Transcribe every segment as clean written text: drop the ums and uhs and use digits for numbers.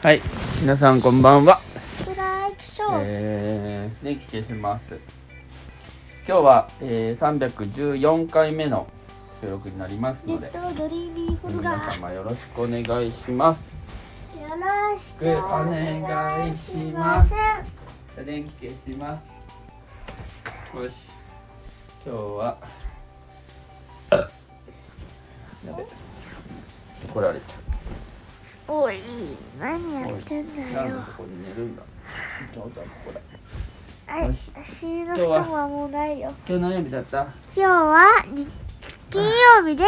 はい、皆さんこんばんは。電気消します。今日は、314回目の収録になりますので、皆様よろしくお願いします。 よろしくお願いします。 電気消します。よし、今日はやべ、怒られちゃう。 おい、何やってんだよ。 ここに寝るんだ。ちょうどここだ。 はい、足の布団はもうないよ。 今日何曜日だった？ 今日は金曜日です。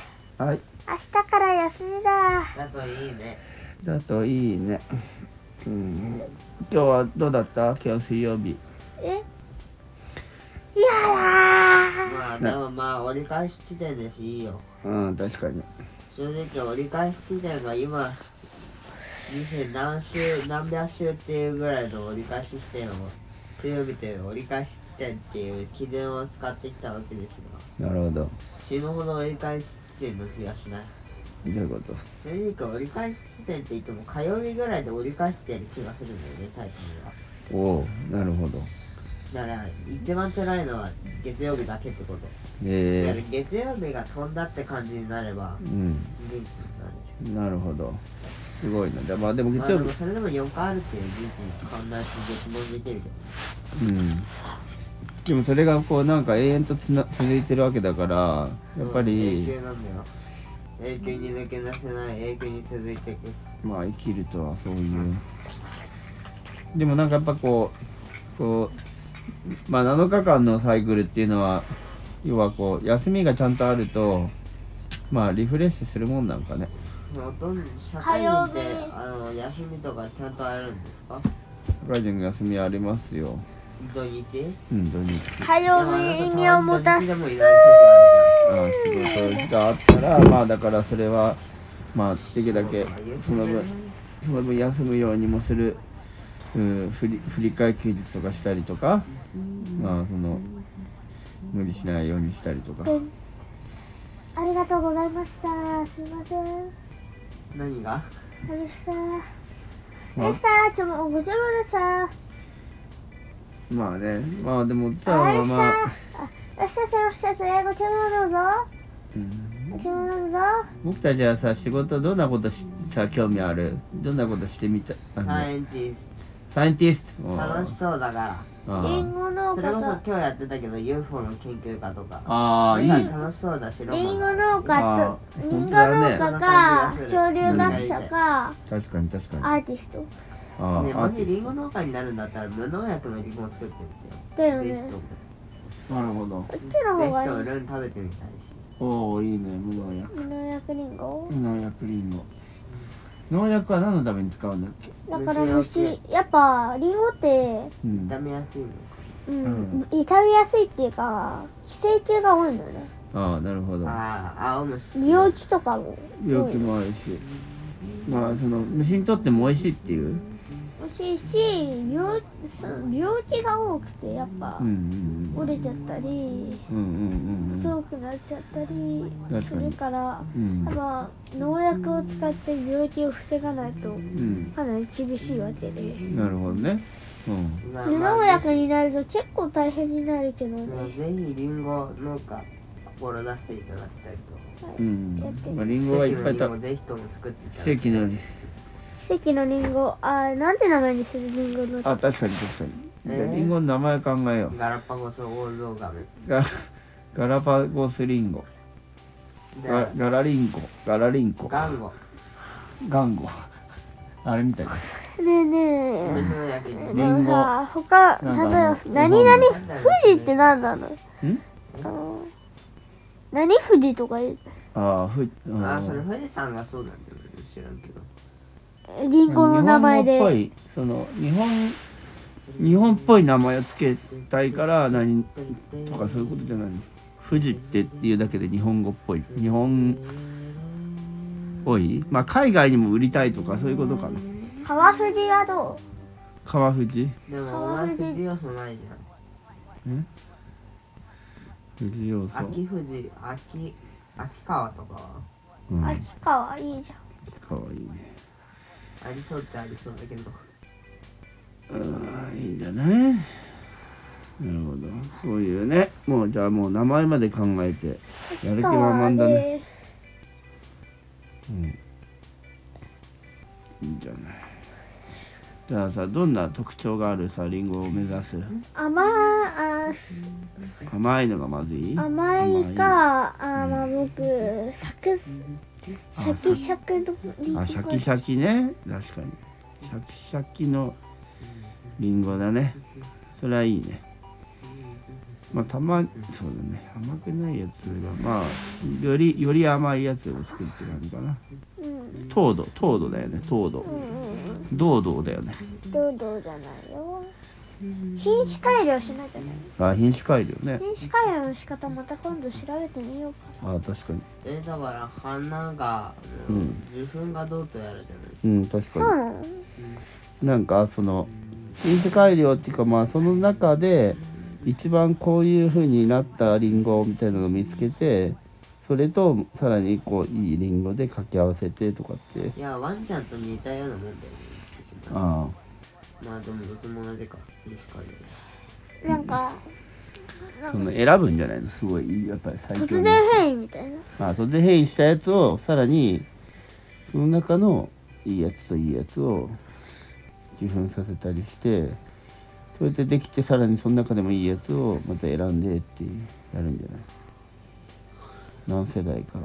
はい。 明日から休みだ。 だといいね。だといいね。今日はどうだった？今日水曜日。 やだまあでもまあ折り返し地点ですいいよ。 確かに。 正直折り返し地点が今2000何百周っていうぐらいの折り返し地点を強めて折り返し地点っていう基準を使ってきたわけですが、 なるほど。 死ぬほど折り返し地点の気がしない。 どういうこと？ 正直折り返し地点って言っても火曜日ぐらいで折り返してる気がするんだよね、タイプには。 おお、なるほど。 だから一番辛いのは月曜日だけってこと。だから月曜日が飛んだって感じになれば元気になる。 なるほど。すごいな。まあでも月曜日、 それでも4回あるっていう事実に考えて月もできるけど。 でもそれがこうなんか永遠と続いてるわけだからやっぱり、 永久なんだよ。永久に抜け出せない、永久に続いていく。 まあ生きるとはそういう、でもなんかやっぱこうまあ7日間のサイクルっていうのは要はこう休みがちゃんとあるとまあリフレッシュするもんなんかね。 ほとんど社会人って休みとかちゃんとあるんですか？ 社会人の休みありますよ。 土日？ 土日。 火曜日に意味を持たす。 仕事があったらまあだからそれはまあできるだけその分休むようにもする。振り替え休日とかしたりとか、まあその無理しないようにしたりとか。 ありがとうございました。すいません。 何が？ ありがとうございました。 まあね、まあでもさ、 ご注文どうぞ。ご注文どうぞ。 僕たちはさ、仕事どんなことさ興味ある？どんなことしてみた？ サイエンティスサイエンティスト。 楽しそうだから。 リンゴ農それこそ家今日やってたけど UFO の研究家とか。 いい。 楽しそうだし、 リンゴ農家か恐竜学者か確かにアーティスト。 もしリンゴ農家になるんだったら無農薬のリンゴを作ってみてよ。 だよね。 なるほど。 こっちの方がいい。 ぜひともルン食べてみたいし。 おお、いいね。無農薬リンゴ。農薬は何のために使うんだっけ？ だから虫、やっぱリンゴって傷みやすいのか。 傷みやすいっていうか寄生虫が多いのね。 なるほど。 青虫。 病気とかも。 病気もあるし、まあその虫にとっても美味しいっていう。 美味しいし、病気が多くてやっぱ折れちゃったり、細くなっちゃったりするから、やっぱ農薬を使って病気を防がないとかなり厳しいわけで。 なるほどね。 無農薬になると結構大変になるけどね。 ぜひリンゴ農家志していただきたいと。 まあリンゴはいっぱいぜひとも作っていただきたい。 奇跡のリンゴ、なんて名前にするリンゴの？ 確かに。じゃあリンゴの名前考えよう。 ガラパゴスオオゾウガメ。 ガラパゴスリンゴ。ガラリンコ。 ガンゴ。 あれみたいな。 ねえ。 リンゴ。 他、例えば何々富士って何なの？何富士とか言う。 それ富士山がそうなんだよね。知らんけど。 リンゴの名前で。 日本っぽい名前をつけたいから何とかそういうことじゃないの？富士っていうだけで日本語っぽい。日本っぽい。まあ海外にも売りたいとかそういうことかな。 川富士はどう？ 川富士？ でもお前富士要素ないじゃん。 富士要素。 秋川とかは？ 秋川いいじゃん。 かわいいね。 ありそうってありそうだけど。 いいんじゃない。なるほど。そういうね、もうじゃあもう名前まで考えてやる気満々だね。いいんじゃない。じゃあさ、どんな特徴があるさリンゴを目指す？甘いのがまずい？ 甘いか、僕シャキシャキのリンゴ。 シャキシャキね、確かにシャキシャキのリンゴだね。それはいいね。そうだね、甘くないやつがより甘いやつを作って感じかな。糖度だよね。糖度、堂々だよね。 堂々じゃないよ。品種改良しなきゃね。 品種改良ね。 品種改良の仕方また今度調べてみようかな。 確かに。 だから花が、受粉がどうとやるじゃない。 確かに。 そうなの？ なんかその品種改良っていうかその中で一番こういう風になったリンゴみたいなのを見つけて、それとさらにこういいリンゴで掛け合わせてとかって。 いやワンちゃんと似たようなもんだよね。でもどっちも同じか。 なんかその選ぶんじゃないの。すごいやっぱり最強突然変異みたいな。 突然変異したやつをさらにその中のいいやつといいやつを受粉させたりして、それでできてさらにその中でもいいやつをまた選んでってやるんじゃない。何世代か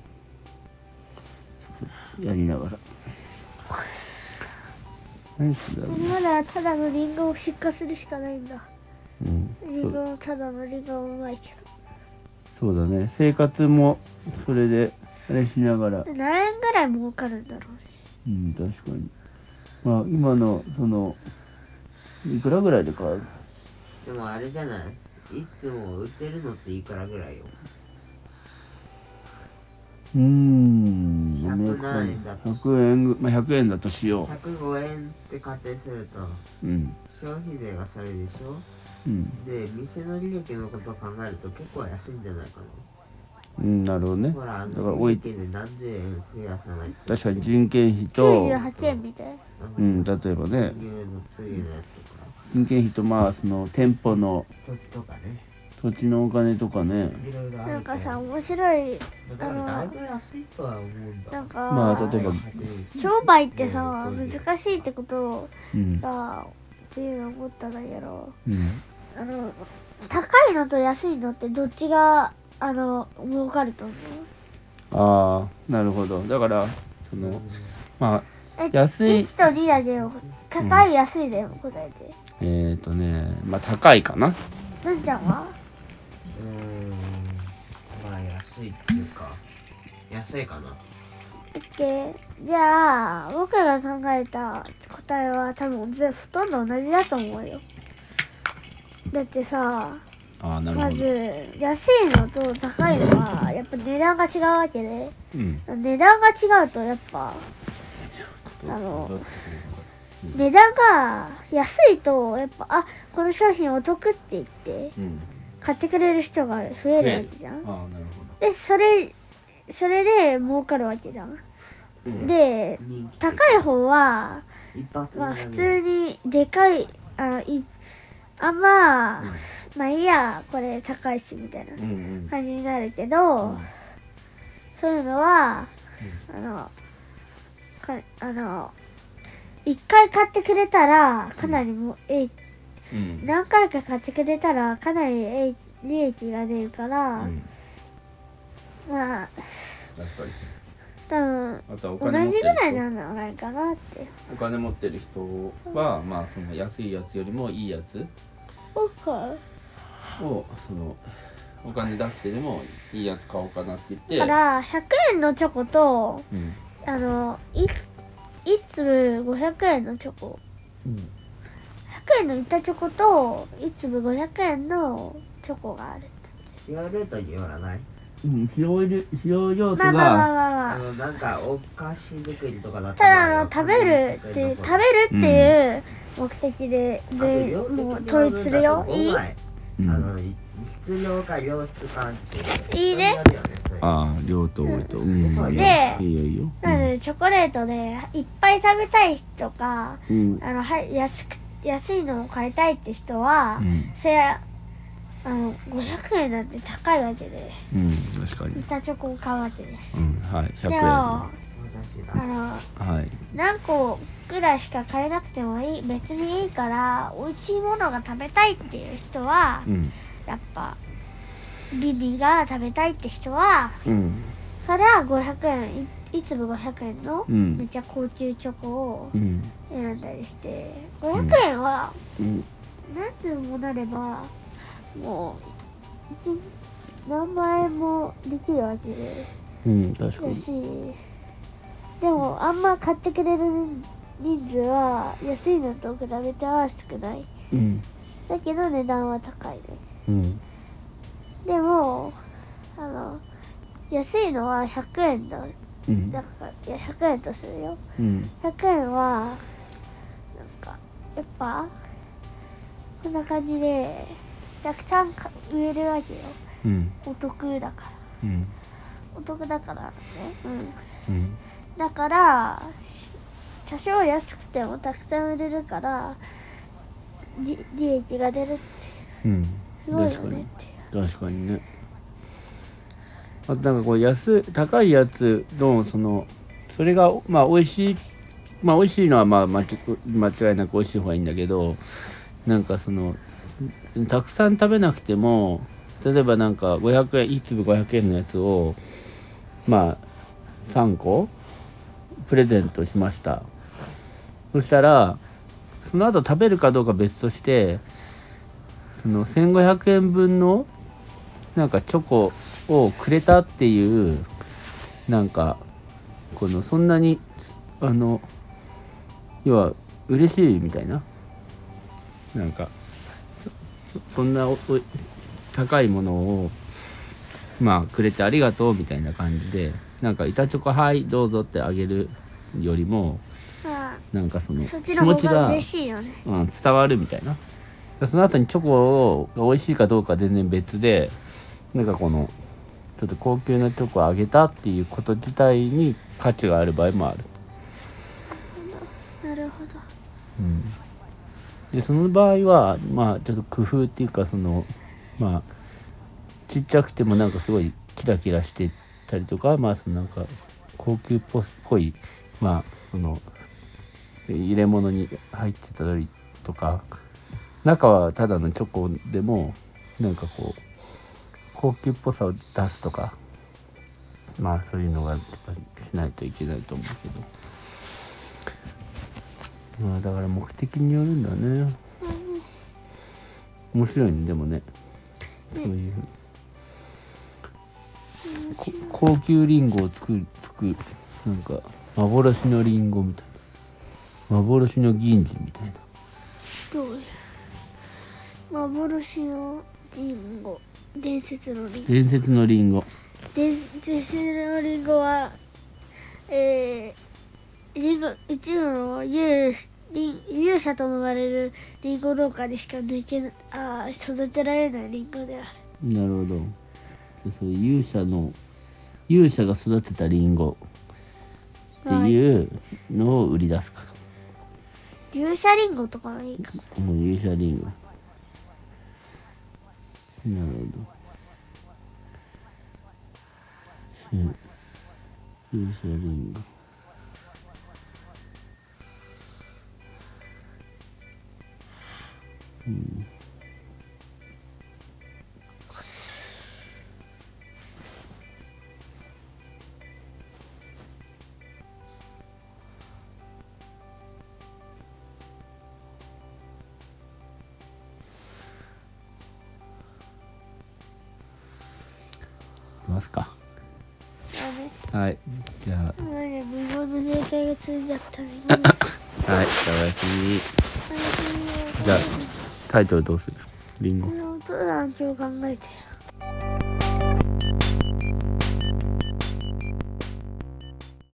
やりながら。何するだろう。 まだただのリンゴを出荷するしかないんだ。リンゴただのリンゴはうまいけど。 そうだね。生活もそれであれしながら。 何円ぐらい儲かるんだろうね。 確かに。今のそのいくらぐらいで買う？ でもあれじゃない。いつも売ってるのっていくらぐらいよ。 100円だとしよう。 105円って仮定すると、消費税がそれでしょ。で店の利益のことを考えると結構安いんじゃないかな。 なるほどね。 ほら利益で何十円増やさないと。 確かに人件費と 98円みたいな。 例えばね。 次のやつとか。 人件費とその店舗の土地とかね。 土地のお金とかね。 なんかさ面白い。 だいぶ安いとは思うんだ。 なんか例えば商売ってさ難しいってことがっていうのを思ったんだけど、高いのと安いのってどっちが儲かると思う？なるほど。だからその安い 1と2だけど高い安いで答えて。 高いかな。 なんちゃんは？ 安いっていうか安いかな。 じゃあ僕が考えた答えは多分ほとんど同じだと思うよ。だってさ、まず安いのと高いのはやっぱ値段が違うわけで、値段が違うとやっぱ値段が安いとやっぱこの商品お得って言って買ってくれる人が増えるわけじゃん。でそれで儲かるわけじゃん。で高い方は普通にでかいいいやこれ高いしみたいな感じになるけど、そういうのは一回買ってくれたらかなり何回か買ってくれたらかなり利益が出るから、多分同じぐらいなんじゃないかなって。 お金持ってる人はその安いやつよりもいいやつをそのお金出してでもいいやつ買おうかなって言って。 だから100円のチョコと、1粒500円のチョコ、100円の板チョコと1粒500円のチョコがある。 使用ルートによらない？ 使用用途がなんかお菓子作りとかだったら食べるっていう目的でもう統一するよ。いい？ 質量か良質かっていいね。 ああ量と多いと、 でいいよいいよ、 なのでチョコレートでいっぱい食べたい人か、安いのを買いたいって人は、それ500円なんて高いわけで、 確かに板チョコを買うわけです、 はい、100円でもはい、 何個ぐらいしか買えなくても別にいいから美味しいものが食べたいっていう人は、やっぱビビが食べたいって人は、それは500円いつも500円の、めっちゃ高級チョコを選んだりして、500円は、何年もなればもう何万円もできるわけで、 確かにだし、でもあんま買ってくれる人数は安いのと比べては少ない、だけど値段は高いね、でも安いのは100円だ、だから100円とするよ、100円はなんかやっぱこんな感じでたくさん売れるわけよ、お得だから、お得だからね、だから多少安くてもたくさん売れるから利益が出るって、すごいよねって。 確かにね。あとなんかこう高いやつのそれがまあ美味しいのはまあ間違いなく美味しい方がいいんだけど、なんかたくさん食べなくても、例えばなんか500円1粒500円のやつをまあ3個プレゼントしました。そしたらその後食べるかどうか別として、1500円分のなんかチョコをくれたっていう、なんかそんなに要は嬉しいみたいな、なんかそんな高いものをまあくれてありがとうみたいな感じで、なんか板チョコはいどうぞってあげるよりも、なんか気持ちが嬉しいよね、 伝わるみたいな。その後にチョコが美味しいかどうかは全然別で、なんかちょっと高級なチョコをあげたっていうこと自体に価値がある場合もある。 なるほど。 でその場合はまあちょっと工夫っていうか、まあちっちゃくてもなんかすごいキラキラしてたりとか、まあなんか高級っぽい、まあ入れ物に入ってたりとか、中はただのチョコでもなんかこう高級っぽさを出すとか、まあそういうのがやっぱりしないといけないと思うけど、まあだから目的によるんだね。面白いね、でもね、そういう高級リンゴを作るなんか幻のリンゴみたいな、幻の銀次みたいな。 どういう幻のリンゴ、伝説のリンゴ。 伝説のリンゴはリンゴ一部の勇者と呼ばれるリンゴ農家にしか育てられないリンゴである。 なるほど。そういう勇者が育てたリンゴっていうのを売り出すから。 勇者リンゴとかはいいかも。 勇者リンゴ。なるほど。勇者リンゴ。ますか。はい、じゃあ。 無言の携帯がついちゃったね。 はい、じゃあおやすみ。じゃあタイトルどうする？リンゴ。 お父さん今日考えてよ。